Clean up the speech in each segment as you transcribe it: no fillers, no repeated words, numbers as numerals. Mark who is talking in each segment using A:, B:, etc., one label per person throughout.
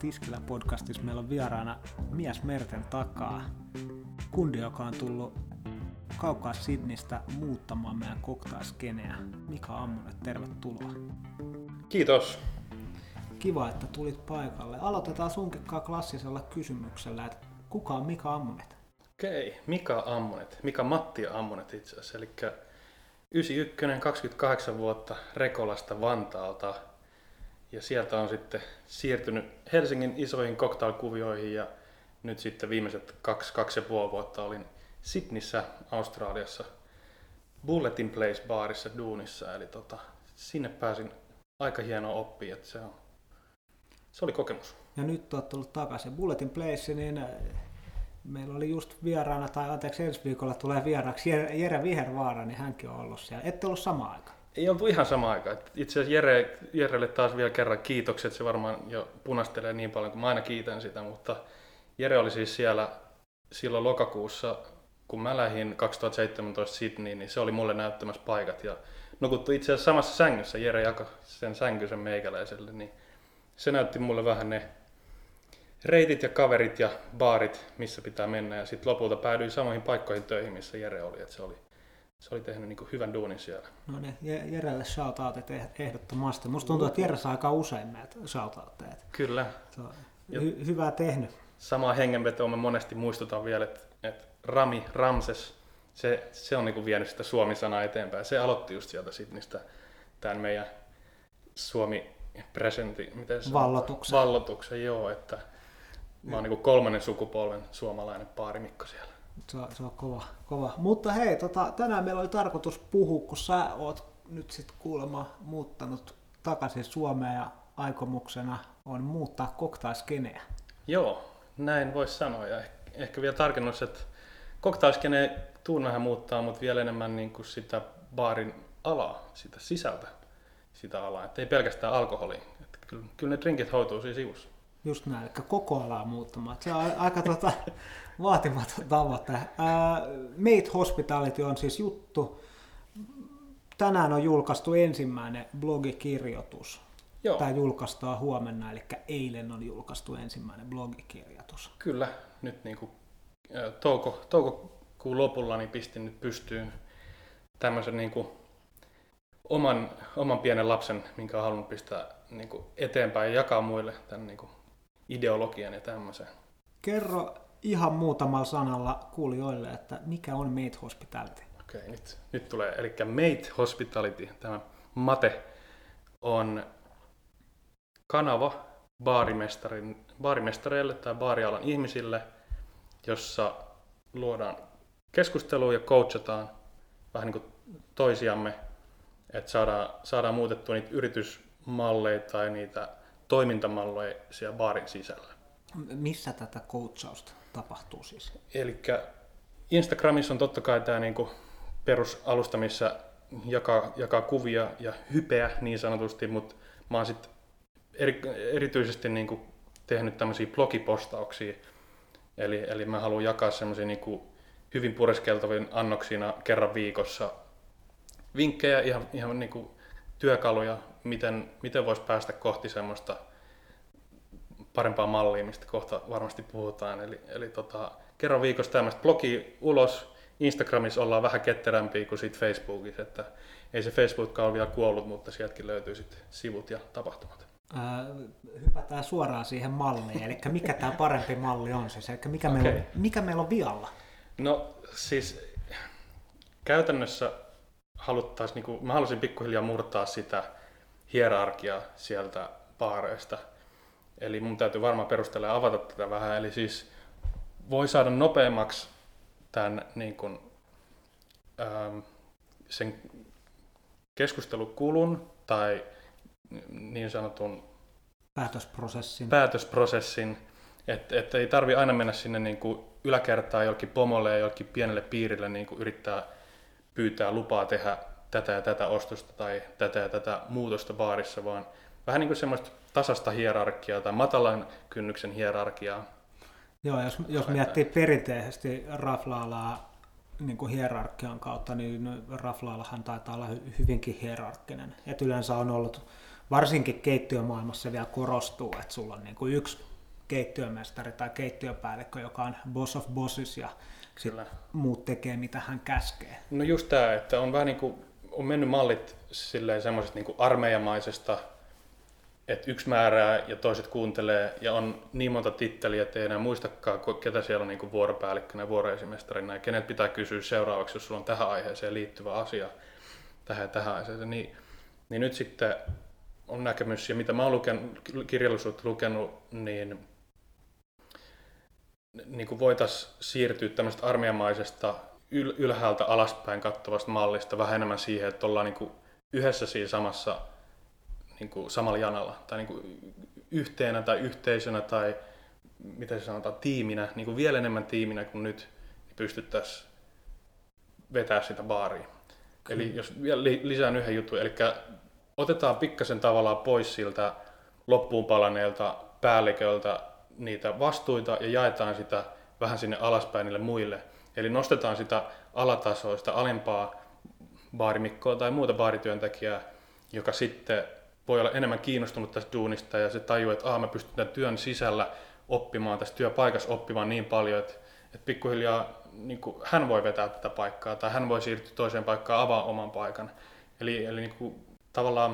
A: Tiskilä-podcastissa meillä on vieraana mies merten takaa. Kundi, joka on tullut kaukaa Sydneystä muuttamaan meidän cocktailskeneä. Mika Ammonen, tervetuloa.
B: Kiitos.
A: Kiva, että tulit paikalle. Aloitetaan sunkin klassisella kysymyksellä, että kuka on Mika Ammonen?
B: Okei, Mika Ammonen. Mika Matti Ammonen itse asiassa. Eli 91, 28 vuotta Rekolasta Vantaalta. Ja sieltä on sitten siirtynyt Helsingin isoihin cocktailkuvioihin ja nyt sitten viimeiset 2,5 vuotta olin Sydneyssä, Australiassa, Bulletin Place baarissa duunissa. Eli sinne pääsin aika hienoa oppia, että se oli kokemus.
A: Ja nyt olet tullut takaisin. Bulletin Place, niin meillä oli just vieraana, ensi viikolla tulee vieraaksi Jere Vihervaara, niin hänkin on ollut siellä. Ette ollut samaan aikaan?
B: Ei oltu ihan samaan aikaan. Itse asiassa Jerelle taas vielä kerran kiitokset, se varmaan jo punastelee niin paljon kuin mä aina kiitän sitä, mutta Jere oli siis siellä silloin lokakuussa, kun mä lähdin 2017 Sydneyin, niin se oli mulle näyttämässä paikat ja nukuttu itse asiassa samassa sängyssä, Jere jakoi sen sänkysen meikäläiselle, niin se näytti mulle vähän ne reitit ja kaverit ja baarit, missä pitää mennä ja sitten lopulta päädyin samoihin paikkoihin töihin, missä Jere oli, että se oli tehnyt niin hyvän duunin siellä.
A: No niin, Jerelle shoutoutit ehdottomasti. Musta tuntuu, että Jere saa aika usein meitä shoutoutteja.
B: Kyllä.
A: Hyvää tehnyt. Samaa
B: hengenvetoa mä monesti muistutan vielä, että Ramses, se on niin vienyt sitä Suomi-sanaa eteenpäin. Se aloitti just sieltä Sydneystä tämän meidän Suomi-presentti, miten se Vallotuksen, joo, että mä oon niin kolmannen sukupolven suomalainen baarimikko siellä.
A: Se on kova. Mutta hei, tänään meillä oli tarkoitus puhua, kun sä oot nyt sitten kuulemma muuttanut takaisin Suomeen ja aikomuksena on muuttaa cocktailskeneä.
B: Joo, näin voisi sanoa. Ja ehkä vielä tarkennus, että cocktailskene tuunnahan muuttaa, mutta vielä enemmän niin kuin sitä baarin alaa, sitä sisältä sitä alaa. Että ei pelkästään alkoholia. Kyllä ne drinkit hoituu siinä sivussa.
A: Just näin, eli koko alaa muuttamaan. Se on aika vaatimaton tavoite. Made Hospitality on siis juttu. Tänään on julkaistu ensimmäinen blogikirjoitus.
B: Joo.
A: Tämä julkaistaan huomenna, eli eilen on julkaistu ensimmäinen blogikirjoitus.
B: Kyllä, nyt niin kuin toukokuun lopulla niin pistin nyt pystyyn tämmöisen niin kuin oman pienen lapsen, minkä olen halunnut pistää niin kuin eteenpäin ja jakaa muille tämän niin kuin ideologian ja tämmöisen.
A: Kerro ihan muutamalla sanalla kuulijoille, että mikä on Made Hospitality?
B: Okei, nyt tulee. Eli Made Hospitality, tämä mate, on kanava baarimestareille tai baarialan ihmisille, jossa luodaan keskustelua ja coachataan vähän niin kuin toisiamme, että saadaan muutettua niitä yritysmalleja tai niitä toimintamalleja siellä baarin sisällä.
A: Missä tätä coachausta tapahtuu siis?
B: Eli Instagramissa on totta kai tämä niinku perusalusta, missä jakaa kuvia ja hypeä niin sanotusti, mutta mä oon sitten erityisesti niinku tehnyt tämmöisiä blogipostauksia. Eli mä haluan jakaa semmoisia niinku hyvin pureskeltavia annoksina kerran viikossa vinkkejä, ihan niinku työkaluja, miten voisi päästä kohti semmoista parempaa mallia, mistä kohta varmasti puhutaan. Eli kerran viikossa tämmöistä blogia ulos. Instagramissa ollaan vähän ketterämpiä kuin siitä Facebookissa, että ei se Facebookkaan ole vielä kuollut, mutta sieltäkin löytyy sitten sivut ja tapahtumat.
A: Hypätään suoraan siihen malliin, eli mikä tämä parempi malli on siis, eli mikä meillä on vialla?
B: No siis käytännössä mä halusin pikkuhiljaa murtaa sitä hierarkiaa sieltä baareista. Eli mun täytyy varmaan perustella ja avata tätä vähän. Eli siis voi saada nopeammaksi tämän niin kuin, sen keskustelukulun tai niin sanotun päätösprosessin, että ei tarvi aina mennä sinne niin kuin yläkertaan jollekin pomolle ja jollekin pienelle piirille niin kuin yrittää pyytää lupaa tehdä tätä ja tätä ostosta tai tätä ja tätä muutosta baarissa, vaan vähän niin kuin semmoista tasasta hierarkiaa tai matalan kynnyksen hierarkiaa.
A: Joo, jos miettii perinteisesti raflaalaa niin kuin hierarkian kautta, niin raflaalahan taitaa olla hyvinkin hierarkkinen. Et yleensä on ollut, varsinkin keittiömaailmassa vielä korostuu, että sulla on niin kuin yksi keittiömestari tai keittiöpäällikkö, joka on boss of bosses ja muut tekee mitä hän käskee.
B: No just tämä, että on vähän niin kuin, on mennyt mallit silleen semmoisesta niin kuin armeijamaisesta, että yksi määrää ja toiset kuuntelee ja on niin monta titteliä, että ei enää muistakaan, ketä siellä on niin kuin vuoropäällikkönä ja vuoroesimestarina ja kenet pitää kysyä seuraavaksi, jos sulla on tähän aiheeseen liittyvä asia, tähän aiheeseen. Niin nyt sitten on näkemys, ja mitä mä oon kirjallisuutta lukenut, niin kuin voitaisiin siirtyä tämmöisestä armeijamaisesta ylhäältä alaspäin kattavasta mallista vähän enemmän siihen, että ollaan niin kuin yhdessä siinä samalla janalla tai niin kuin yhteenä tai yhteisönä tai mitä se sanotaan, tiiminä, niin kuin vielä enemmän tiiminä kuin nyt, niin pystyttäisiin vetämään sitä baaria. Kyllä. Eli jos vielä lisään yhden jutun, eli otetaan pikkasen tavallaan pois siltä loppuun palaneelta päälliköltä niitä vastuita ja jaetaan sitä vähän sinne alaspäin niille muille. Eli nostetaan sitä alatasoista, alempaa baarimikkoa tai muuta baarityöntekijää, joka sitten voi olla enemmän kiinnostunut tästä duunista ja se tajuu, että mä pystyn tämän työn sisällä oppimaan, tässä työpaikassa oppimaan niin paljon, että pikkuhiljaa niin kuin hän voi vetää tätä paikkaa tai hän voi siirtyä toiseen paikkaan, avaa oman paikan. Eli niin kuin tavallaan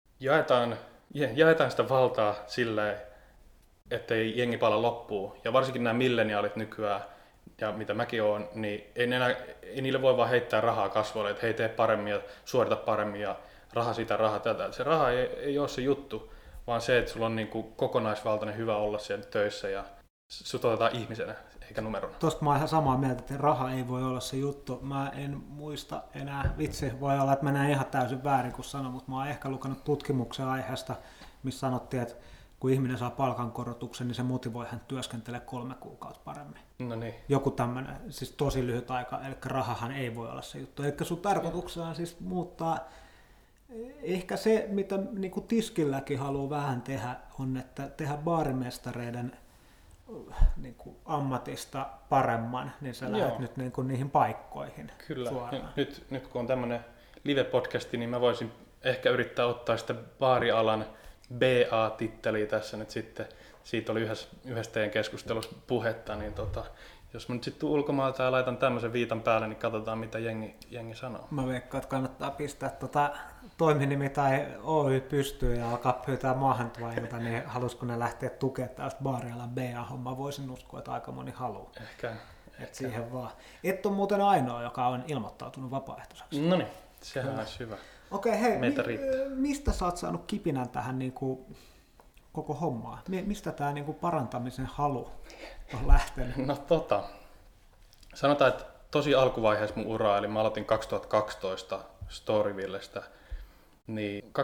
B: jaetaan sitä valtaa silleen, ettei jengi pala loppuun. Ja varsinkin nämä milleniaalit nykyään, ja mitä mäkin oon, niin ei niille voi vaan heittää rahaa kasvoille, että hei tee paremmin ja suorita paremmin ja raha sitä, raha tätä. Se raha ei ole se juttu, vaan se, että sulla on niin kuin kokonaisvaltainen hyvä olla siellä töissä ja sut otetaan ihmisenä eikä numerona.
A: Tuosta mä oon ihan samaa mieltä, että raha ei voi olla se juttu. Mä en muista enää, vitsi, voi olla, että mä näen ihan täysin väärin kun sanon, mutta mä oon ehkä lukenut tutkimuksen aiheesta, missä sanottiin, että kun ihminen saa palkankorotuksen, niin se motivoi hän työskentelee 3 kuukautta paremmin.
B: No niin.
A: Joku tämmöinen, siis tosi lyhyt aika, eli rahahan ei voi olla se juttu. Eli sun tarkoituksena on siis muuttaa, ehkä se, mitä niin kuin tiskilläkin haluaa vähän tehdä, on, että tehdä baarimestareiden niin kuin ammatista paremman, niin sä lähdet nyt niin kuin niihin paikkoihin.
B: Kyllä.
A: Suoraan.
B: Nyt kun on tämmöinen live-podcasti, niin mä voisin ehkä yrittää ottaa sitä baarialan BA-titteliä tässä nyt sitten. Siitä oli yhdessä teidän keskustelussa puhetta, niin jos mä nyt sitten tuun ulkomailta ja laitan tämmöisen viitan päälle, niin katsotaan mitä jengi sanoo.
A: Mä veikkaan, että kannattaa pistää toiminimi tai Oy pystyyn ja alkaa pyytää maahantuojilta, niin halusiko ne lähteä tukemaan tästä baarialan BA-hommaa? Voisin uskoa, että aika moni haluaa.
B: Ehkä.
A: Siihen vaan. Et on muuten ainoa, joka on ilmoittautunut vapaaehtoiseksi.
B: No niin, sehän olisi hyvä.
A: Okei, hei,
B: mistä
A: sä oot saanut kipinän tähän niin kuin koko hommaan? Mistä tämä niin kuin parantamisen halu on lähtenyt?
B: No sanotaan, että tosi alkuvaiheessa mun uraa, eli mä aloitin 2012 Storyvillestä, niin 2012-2013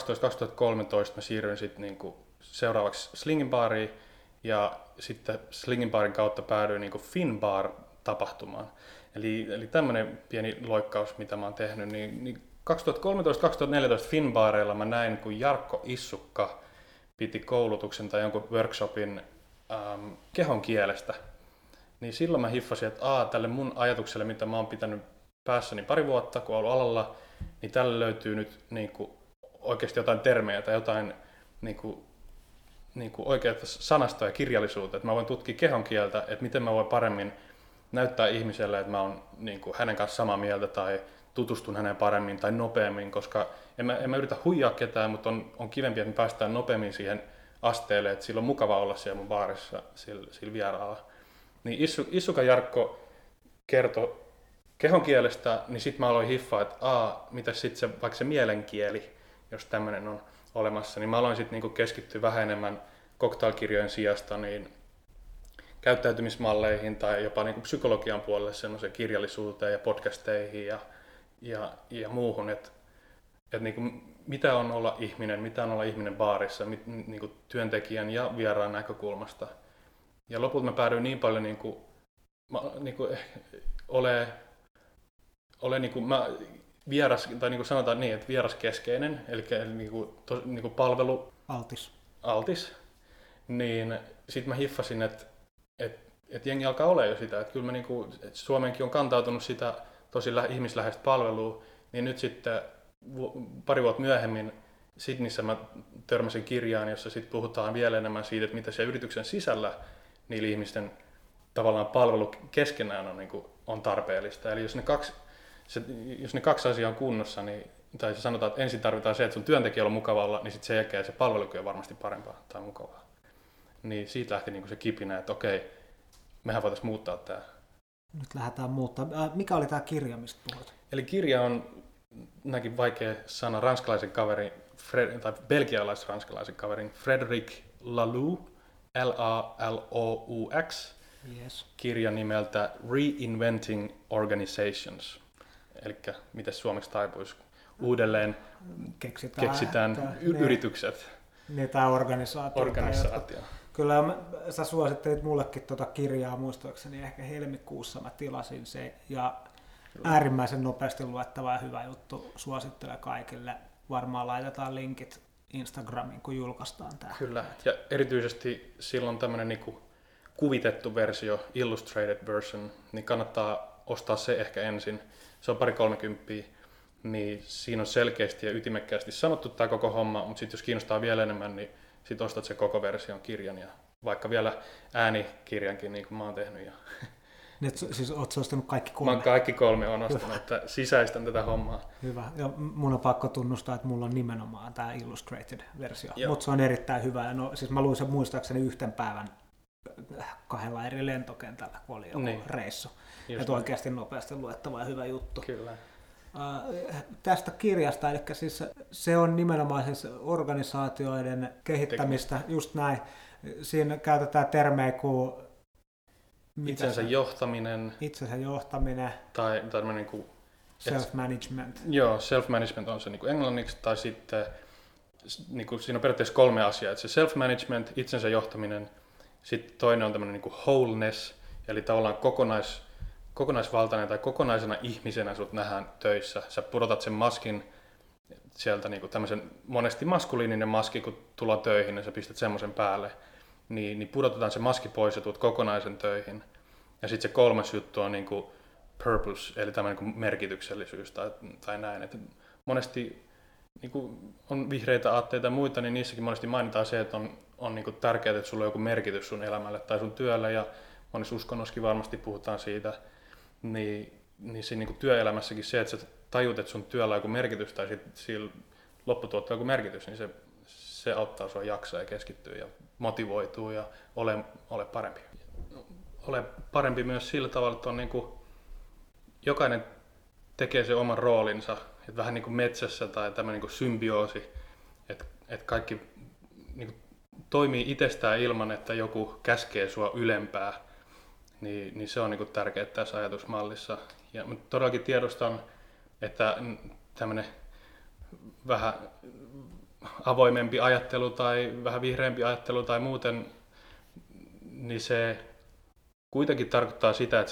B: mä siirryin sitten niinku seuraavaksi Slingin baariin ja sitten Slingin baarin kautta päädyin niinku Finbar-tapahtumaan. Eli tämmöinen pieni loikkaus, mitä mä oon tehnyt, niin 2013-2014 Finbaareilla mä näin, kun Jarkko Issukka piti koulutuksen tai jonkun workshopin kehon kielestä. Niin silloin mä hiffasin, että tälle mun ajatukselle, mitä mä oon pitänyt päässäni pari vuotta, kun olen ollut alalla, niin tälle löytyy nyt niinku oikeasti jotain termejä tai jotain niinku oikeaa sanastoa ja kirjallisuutta, että mä voin tutkia kehon kieltä, että miten mä voin paremmin näyttää ihmiselle, että mä oon niinku hänen kanssa samaa mieltä tai tutustun häneen paremmin tai nopeammin, koska en mä yritä huijaa ketään, mutta on kivempi, että me päästään nopeammin siihen asteelle, että sillä on mukava olla siellä mun baarissa sillä vieraalla. Niin Issuka Jarkko kertoi kehon kielestä, niin sitten mä aloin hiffaa, että mitäs sitten se, vaikka se mielenkieli, jos tämmöinen on olemassa, niin mä aloin sitten niinku keskittyä vähän enemmän cocktailkirjojen sijasta niin käyttäytymismalleihin tai jopa niinku psykologian puolelle semmoiseen kirjallisuuteen ja podcasteihin ja muuhun, että niinku, mitä on olla ihminen baarissa niinku työntekijän ja vieraan näkökulmasta. Ja lopulta mä päädyin niin paljon vieras, tai niin kuin sanotaan niin, että vieraskeskeinen, eli niin palvelu altis, niin sitten mä hiffasin, että jengi alkaa olla jo sitä, että kyllä että Suomeenkin on kantautunut sitä tosi ihmisläheistä palvelua, niin nyt sitten pari vuotta myöhemmin Sydneyssä mä törmäsin kirjaan, jossa sit puhutaan vielä enemmän siitä, että mitä siellä yrityksen sisällä niillä ihmisten tavallaan palvelu keskenään on, niin kuin, on tarpeellista. Eli jos ne kaksi asiaa on kunnossa, niin, tai se sanotaan, että ensin tarvitaan se, että sun työntekijä on mukava olla, niin sitten sen jälkeen se palvelukin on varmasti parempaa tai mukavaa. Niin siitä lähti niin kuin se kipinä, että okei, mehän voitaisiin muuttaa tämä.
A: Nyt lähdetään muuttaa. Mikä oli tämä kirja, mistä puhut?
B: Eli kirja on näkin vaikea sana ranskalaisen kaverin, tai belgialais-ranskalaisen kaverin Frédéric Laloux, Laloux,
A: Yes.
B: kirja nimeltä Reinventing Organizations. Eli miten suomeksi taipuisi? Uudelleen keksitään yritykset.
A: Niin, tämä organisaatio. Kyllä sä suosittelit mullekin tuota kirjaa, muistaakseni ehkä helmikuussa mä tilasin se, ja äärimmäisen nopeasti luettava ja hyvä juttu, suosittelen kaikille. Varmaan laitetaan linkit Instagramiin, kun julkaistaan tämä.
B: Kyllä, ja erityisesti silloin tämmöinen niinku kuvitettu versio, illustrated version, niin kannattaa ostaa se ehkä ensin. Se on 2-30, niin siinä on selkeästi ja ytimekkäästi sanottu tämä koko homma, mutta sitten jos kiinnostaa vielä enemmän, niin sitten ostat se koko version kirjan ja vaikka vielä äänikirjankin, niin kuin mä oon tehnyt. Ja
A: Nyt siis oot ostanut kaikki 3?
B: Mä oon kaikki 3 on ostanut, että sisäistän tätä hommaa.
A: Hyvä. Ja mun on pakko tunnustaa, että mulla on nimenomaan tämä illustrated-versio, mutta se on erittäin hyvä. Ja no, siis mä luin sen muistaakseni yhten päivän 2 eri lentokentällä, kun oli joku reissu. Että oikeasti nopeasti luettava ja hyvä juttu.
B: Kyllä.
A: Tästä kirjasta, eli siis se on nimenomaan siis organisaatioiden kehittämistä, just näin. Siinä käytetään termejä kuin
B: itsensä johtaminen.
A: Tai
B: tämmöinen kuin
A: self-management.
B: Joo, self-management on se niin kuin englanniksi, tai sitten niin kuin, siinä on periaatteessa 3 asiaa. Että se self-management, itsensä johtaminen, sitten toinen on tämmöinen niin kuin wholeness, eli tavallaan kokonaisvaltainen tai kokonaisena ihmisenä sut nähdään töissä. Sä pudotat sen maskin sieltä, niin kuin tämmöisen monesti maskuliininen maski, kun tullaan töihin, ja sä pistät semmoisen päälle, niin pudotetaan se maski pois ja tuut kokonaisen töihin. Ja sitten se 3. juttu on niin kuin purpose, eli tämmöinen niin kuin merkityksellisyys tai näin. Et monesti niin kuin on vihreitä aatteita ja muita, niin niissäkin monesti mainitaan se, että on niin kuin tärkeää, että sulla on joku merkitys sun elämälle tai sun työlle, ja monissa uskonnossakin varmasti puhutaan siitä. Niin siinä niin kuin työelämässäkin se, että sä tajut, että sun työllä on joku merkitys tai sillä lopputuotteella joku merkitys, niin se auttaa sua jaksaa ja keskittyä ja motivoituu ja ole parempi. Ole parempi myös sillä tavalla, että on niin kuin, jokainen tekee sen oman roolinsa, että vähän niin kuin metsässä tai tämmöinen niin kuin symbioosi, että kaikki niin kuin toimii itsestään ilman, että joku käskee sua ylempää. Niin se on niin kuin tärkeää tässä ajatusmallissa. Ja todellakin tiedostan, että tämmöinen vähän avoimempi ajattelu tai vähän vihreämpi ajattelu tai muuten, niin se kuitenkin tarkoittaa sitä,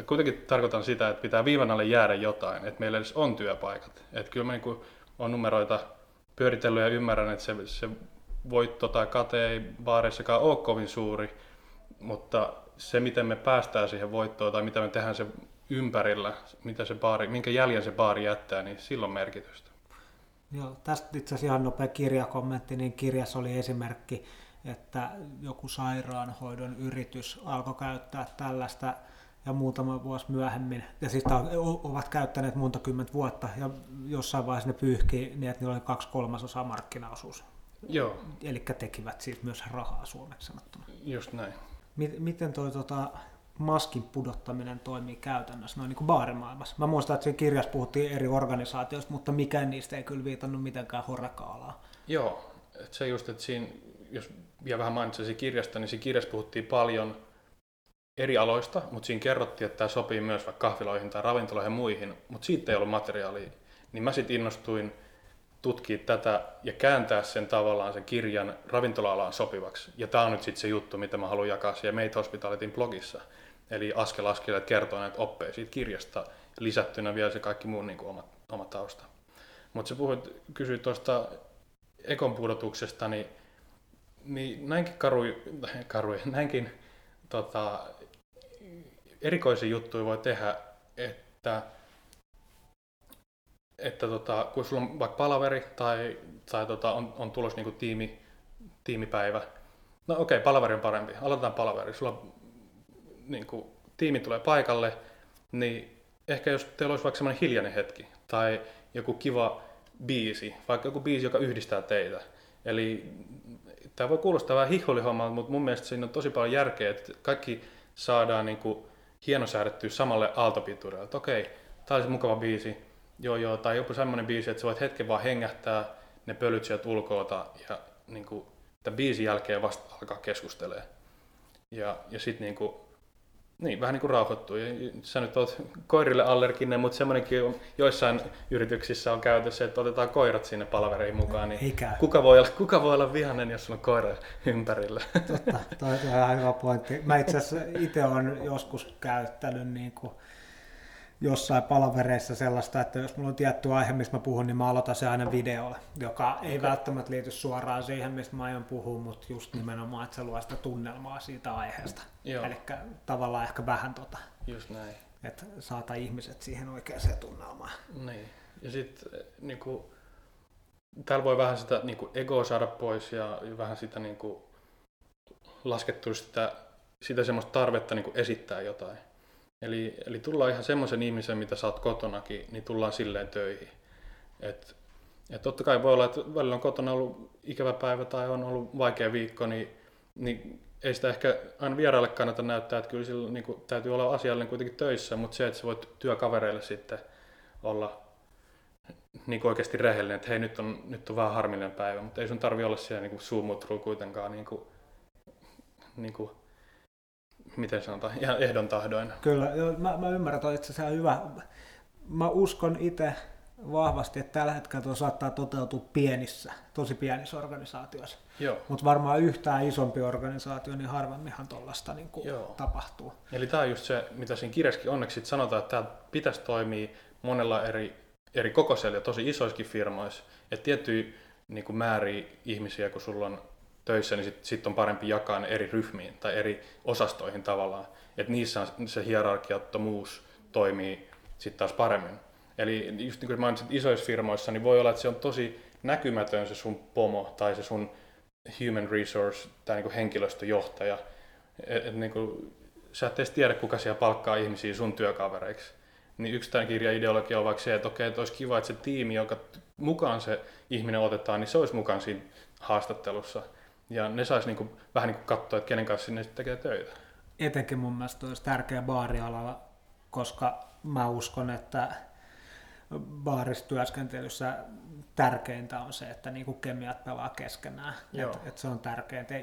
B: että pitää viivan alle jäädä jotain, että meillä edes on työpaikat. Että kyllä mä niin kuin olen numeroita pyöritellyt ja ymmärrän, että se voitto tai kate ei baareissakaan ole kovin suuri, mutta se, miten me päästään siihen voittoon tai mitä me tehdään sen ympärillä, minkä jäljen se baari jättää, niin sillä on merkitystä.
A: Joo, tästä itse asiassa ihan nopea kirjakommentti, niin kirjassa oli esimerkki, että joku sairaanhoidon yritys alkoi käyttää tällaista ja muutama vuosi myöhemmin, ja siis ovat käyttäneet monta kymmentä vuotta, ja jossain vaiheessa ne pyyhkii niin, että niillä oli 2/3 markkinaosuus.
B: Joo.
A: Eli tekivät siitä myös rahaa suomeksi sanottuna.
B: Just näin.
A: Miten toi maskin pudottaminen toimii käytännössä noin niin kuin baarimaailmassa? Mä muistan, että siinä kirjassa puhuttiin eri organisaatioista, mutta mikään niistä ei kyllä viitannut mitenkään Horeca-alaan.
B: Joo, että se just, että siinä, jos vielä vähän mainitsin kirjasta, niin siinä kirjassa puhuttiin paljon eri aloista, mutta siinä kerrottiin, että tämä sopii myös vaikka kahviloihin tai ravintoloihin ja muihin, mutta siitä ei ollut materiaalia. Niin mä sitten innostuin tutkia tätä ja kääntää sen tavallaan sen kirjan ravintola-alaan sopivaksi. Ja tämä on nyt sitten se juttu, mitä mä haluan jakaa siellä Made Hospitalityn blogissa. Eli askel askeleet kertoo näitä oppeja siitä kirjasta, lisättynä vielä se kaikki muun niin kuin oma tausta. Mutta sä kysyit tuosta ekon pudotuksesta, niin näinkin näinkin erikoisia juttuja voi tehdä, että kun sulla on vaikka palaveri tai on tulossa niinku tiimipäivä. No okei, palaveri on parempi. Aloitetaan palaveri. Sulla niinku, tiimi tulee paikalle, niin ehkä jos teillä olisi vaikka semmoinen hiljainen hetki tai joku kiva biisi, vaikka joku biisi, joka yhdistää teitä. Eli tämä voi kuulostaa vähän hihulihommalta, mutta mun mielestä siinä on tosi paljon järkeä, että kaikki saadaan niinku hienosäädettyä samalle aaltopituudelle. Että okei, tää olisi mukava biisi, joo, tai joku semmoinen biisi, että sä voit hetken vaan hengähtää ne pölyt sieltä ulkoota ja niinku, tämän biisin jälkeen vasta alkaa keskustelemaan. Ja sit niinku, niin, vähän niin kuin rauhoittuu. Ja sä nyt oot koirille allerginen, mutta semmoinenkin on, joissain yrityksissä on käytössä, että otetaan koirat sinne palavereihin mukaan. Niin kuka voi olla vihainen, jos sulla on koira ympärillä?
A: Totta, toi on ihan hyvä pointti. Mä itse asiassa itse olen joskus käyttänyt niin kuin jossain palavereissa sellaista, että jos mulla on tietty aihe, mistä mä puhun, niin mä aloitan se aina videolla, joka ei välttämättä liity suoraan siihen, mistä mä aion puhua, mutta just nimenomaan, että se luo sitä tunnelmaa siitä aiheesta. Eli tavallaan ehkä vähän
B: Just näin.
A: että saata ihmiset siihen oikeaan tunnelmaan.
B: Niin. Ja sitten niinku, täällä voi vähän sitä niinku egoa saada pois ja vähän sitä niinku, laskettua sitä semmoista tarvetta niinku esittää jotain. Eli tullaan ihan semmoisen ihmisen, mitä sä oot kotonakin, niin tullaan silleen töihin. Et totta kai voi olla, että välillä on kotona ollut ikävä päivä tai on ollut vaikea viikko, niin ei sitä ehkä aina vieraille kannata näyttää, että kyllä sillä niin kuin, täytyy olla asiallinen kuitenkin töissä, mutta se, että sä voit työkavereille sitten olla niin kuin oikeasti rehellinen, että hei, nyt on vähän harmillinen päivä, mutta ei sun tarvitse olla siellä niin suumutrulla kuitenkaan niin kuin miten sanotaan, ihan ehdon tahdoin.
A: Kyllä, mä ymmärrän, että on itse asiassa hyvä. Mä uskon itse vahvasti, että tällä hetkellä tuo saattaa toteutua tosi pienissä organisaatioissa. Mutta varmaan yhtään isompi organisaatio, niin harvemminhan tuollaista niin tapahtuu.
B: Eli tämä on just se, mitä siinä kirjassakin onneksi sanotaan, että tämä pitäisi toimia monella eri kokoisella ja tosi isoissakin firmoissa. Että tiettyjä niin kuin määriä ihmisiä, kun sulla on töissä, niin sit on parempi jakaa ne eri ryhmiin tai eri osastoihin tavallaan. Että niissä se hierarkiattomuus toimii sitten taas paremmin. Eli just niin kuin mainitsit isoissa firmoissa, niin voi olla, että se on tosi näkymätön se sun pomo tai se sun human resource tai niin kuin henkilöstöjohtaja. Niin kuin, sä et edes tiedä, kuka siellä palkkaa ihmisiä sun työkavereiksi. Niin yksi tämän kirjan ideologia on vaikka se, että okei, että olisi kiva, että se tiimi, jonka mukaan se ihminen otetaan, niin se olisi mukaan siinä haastattelussa. Ja ne saisi niinku, vähän niin kuin katsoa, että kenen kanssa sinne tekee töitä.
A: Etenkin mun mielestä olisi tärkeä baarialalla, koska mä uskon, että baarissa työskentelyssä tärkeintä on se, että niinku kemiat pelaa keskenään. Et se on tärkeintä.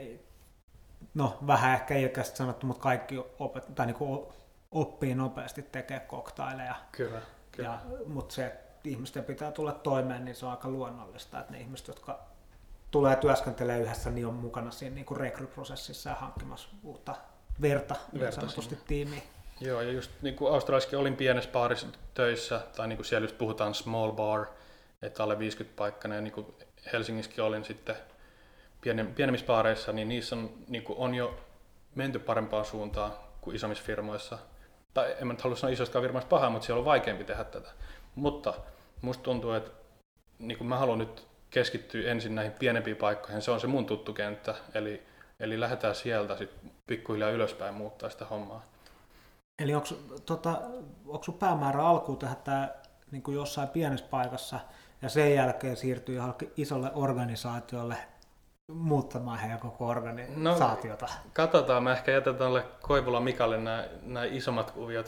A: No vähän ehkä ilkeästi sanottu, mutta kaikki niinku oppii nopeasti tekemään koktaileja.
B: Kyllä.
A: Mutta se, että ihmisten pitää tulla toimeen, niin se on aika luonnollista, että ne ihmiset, jotka tulee työskentelemään yhdessä, niin on mukana siinä niin kuin rekryprosessissa ja hankkimassa uutta verta niin sanotusti tiimiin.
B: Joo, ja just niin kuin Australiassakin olin pienessä baarissa töissä, tai niin kuin siellä just puhutaan small bar, että alle 50 paikkainen, ja niin kuin Helsingissäkin olin sitten pienemmissä baareissa, niin niissä on, niin kuin on jo menty parempaan suuntaan kuin isommissa firmoissa. Tai en mä nyt halua sanoa isoissakaan firmoissa pahaa, mutta siellä on vaikeampi tehdä tätä. Mutta musta tuntuu, että niin kuin mä haluan nyt keskittyy ensin näihin pienempiin paikkoihin. Se on se mun tuttu kenttä, eli lähdetään sieltä sitten pikkuhiljaa ylöspäin muuttaa sitä hommaa.
A: Eli onko sun päämäärä alkuun tehdä tämä niin kuin jossain pienessä paikassa ja sen jälkeen siirtyy johonkin isolle organisaatiolle muuttamaan heidän koko organisaatiota?
B: No, katsotaan, mä ehkä jätän tuolle Koivulan Mikalle nämä isommat kuviot,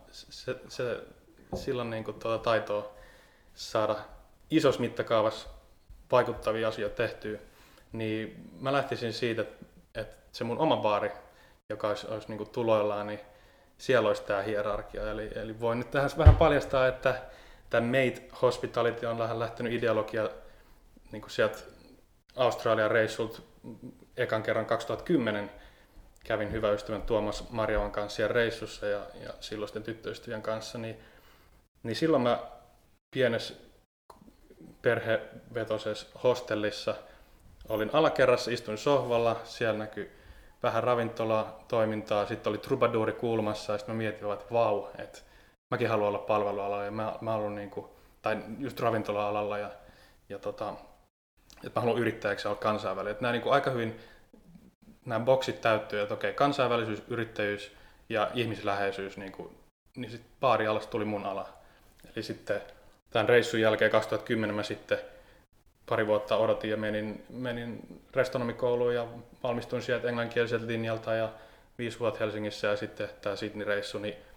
B: silloin niin kuin taitoa saada isossa mittakaavassa vaikuttavia asioita tehtyä, niin mä lähtisin siitä, että se mun oma baari, joka olisi niin kuin tuloillaan, niin siellä olisi tämä hierarkia. Eli voin nyt tähän vähän paljastaa, että tämä Mate Hospitality on lähtenyt ideologia niin kuin sieltä Australian reissulta ekan kerran 2010. Kävin hyvä ystävän Tuomas Marjavan kanssa siellä reissussa ja silloisten tyttöystävien kanssa, niin silloin mä pienessä perhevetoisessa hostellissa olin alakerrassa, istuin sohvalla, siellä näkyi vähän ravintolatoimintaa, sitten oli trubaduuri kulmassa ja sitten mä mietin, että vau, että mäkin haluan olla palvelualalla ja mä haluan niinku tai just ravintola-alalla ja että mä haluan yrittäjäksi olla kansainvälinen. Että nämä niin kuin aika hyvin nämä boksit täyttyy, että okei, kansainvälisyys, yrittäjyys ja ihmisläheisyys, niin sitten baarialasta tuli mun ala. Eli sitten tämän reissun jälkeen 2010 mä sitten pari vuotta odotin ja menin restonomikouluun ja valmistuin sieltä englanninkieliseltä linjalta ja 5 vuotta Helsingissä ja sitten tämä Sydney-reissu,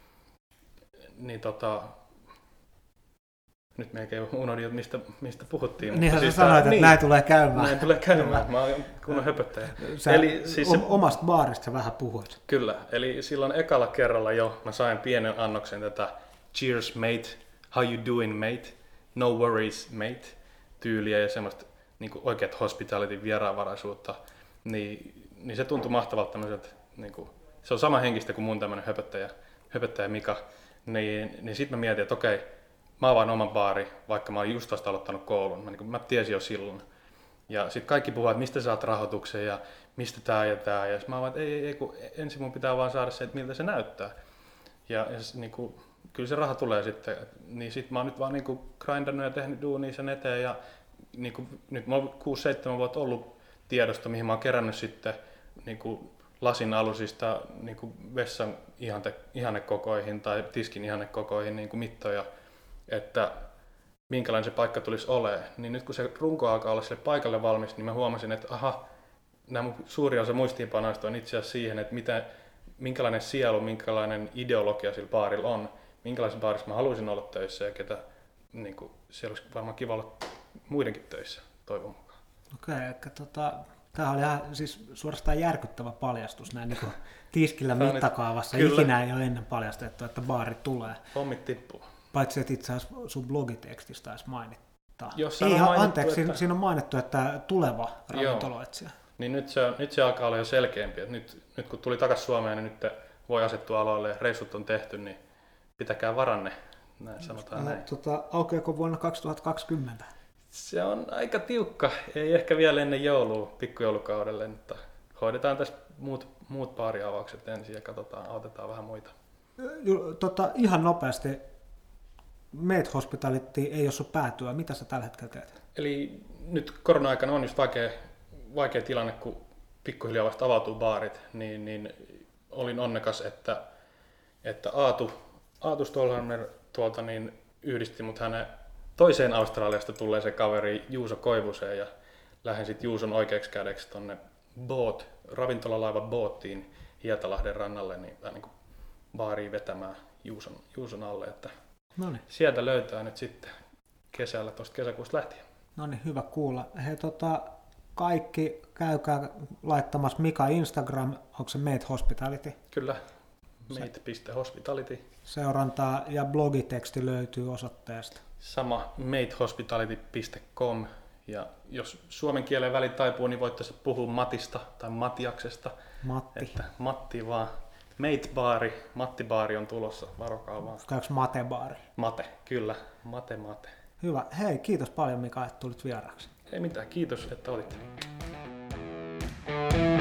B: nyt melkein unohdin, että mistä puhuttiin.
A: Niinhän siis sanoit, että näin tulee käymään.
B: Näin tulee käymään, mä oon kunnon höpöttäjä.
A: Eli siis omasta baarista sä vähän puhuit.
B: Kyllä, eli silloin ekalla kerralla jo mä sain pienen annoksen tätä cheers mate, how you doing mate, no worries mate tyyliä ja semmoista niin oikeat hospitality vieraanvaraisuutta, niin se tuntui mahtavalta tämmöiseltä, niin se on sama henkistä kuin mun tämmöinen höpöttäjä Mika, niin sit mä mietin, että okei, mä avaan oman baari, vaikka mä olin just vasta aloittanut koulun, mä tiesin jo silloin. Ja sit kaikki puhuvat, että mistä saat rahoituksen ja mistä tää ja tää, ja mä vaan, että ei, kun ensin mun pitää vaan saada se, että miltä se näyttää. Ja niin kuin, kyllä se raha tulee sitten, niin sit mä oon nyt vaan niin grindannut ja tehnyt duunia sen eteen ja niin kuin, nyt mä oon 6-7 vuotta ollut tiedosto, mihin mä oon kerännyt sitten niin kuin lasin alusista niin kuin vessan ihannekokoihin tai tiskin ihannekokoihin niin kuin mittoja, että minkälainen se paikka tulisi olemaan. Niin nyt kun se runko alkaa olla sille paikalle valmis, niin mä huomasin, että nämä suuri osa muistiinpanoista on itse asiassa siihen, että minkälainen sielu, minkälainen ideologia sillä baarilla on, minkälaisessa baarissa mä haluaisin olla töissä ja ketä niin kuin, siellä olisi varmaan kiva olla muidenkin töissä, toivon mukaan.
A: Okei, tämä oli ihan siis suorastaan järkyttävä paljastus näin niin tiskillä mittakaavassa. Ikinä ei ole ennen paljastettu, että baari tulee.
B: Hommit tippuu. Paitsi,
A: että itse asiassa sun blogitekstissä taisi mainittaa.
B: Anteeksi,
A: siinä on mainittu, että tuleva ravintoloitsija.
B: Niin nyt se alkaa olla jo selkeämpi. Että nyt kun tuli takaisin Suomeen, niin nyt voi asettua aloille ja reissut on tehty, niin pitäkää varanne. Näin sanotaan näin.
A: Aukeako vuonna 2020?
B: Se on aika tiukka. Ei ehkä vielä ennen joulua, pikkujoulukaudelle, mutta hoidetaan tässä muut baariavaukset ensin ja katsotaan, autetaan vähän muita.
A: Ihan nopeasti. Mate Hospitality ei ole päätyä. Mitä sä tällä hetkellä teet?
B: Eli nyt korona-aikana on just vaikea tilanne, kun pikkuhiljaa vasta avautuu baarit, niin olin onnekas, että Aatu Stolhammer tuolta niin yhdisti mut hänen toiseen Australiasta tulleeseen kaveri Juuso Koivuseen ja lähdin sitten Juuson oikeaksi kädeksi tonne ravintolalaiva Boattiin Hietalahden rannalle niin vähän niin kuin baariin vetämään Juuson alle, että
A: Noniin.
B: Sieltä löytää nyt sitten kesällä, tuosta kesäkuusta lähtien.
A: No niin, hyvä kuulla. Hei, kaikki käykää laittamassa Mika Instagram, onko se Mate Hospitality?
B: Kyllä, mate.hospitality.
A: Seurantaa ja blogiteksti löytyy osoitteesta.
B: Sama matehospitality.com ja jos suomen kielen väli taipuu, niin voitte puhua Matista tai Matiaksesta.
A: Matti.
B: Että Matti vaan. Mate-baari, Matti-baari on tulossa, varokaa vaan.
A: Onko Mate-baari?
B: Mate, kyllä. Mate.
A: Hyvä. Hei, kiitos paljon Mika, että tulit vieraaksi.
B: Ei mitään, kiitos, että olit.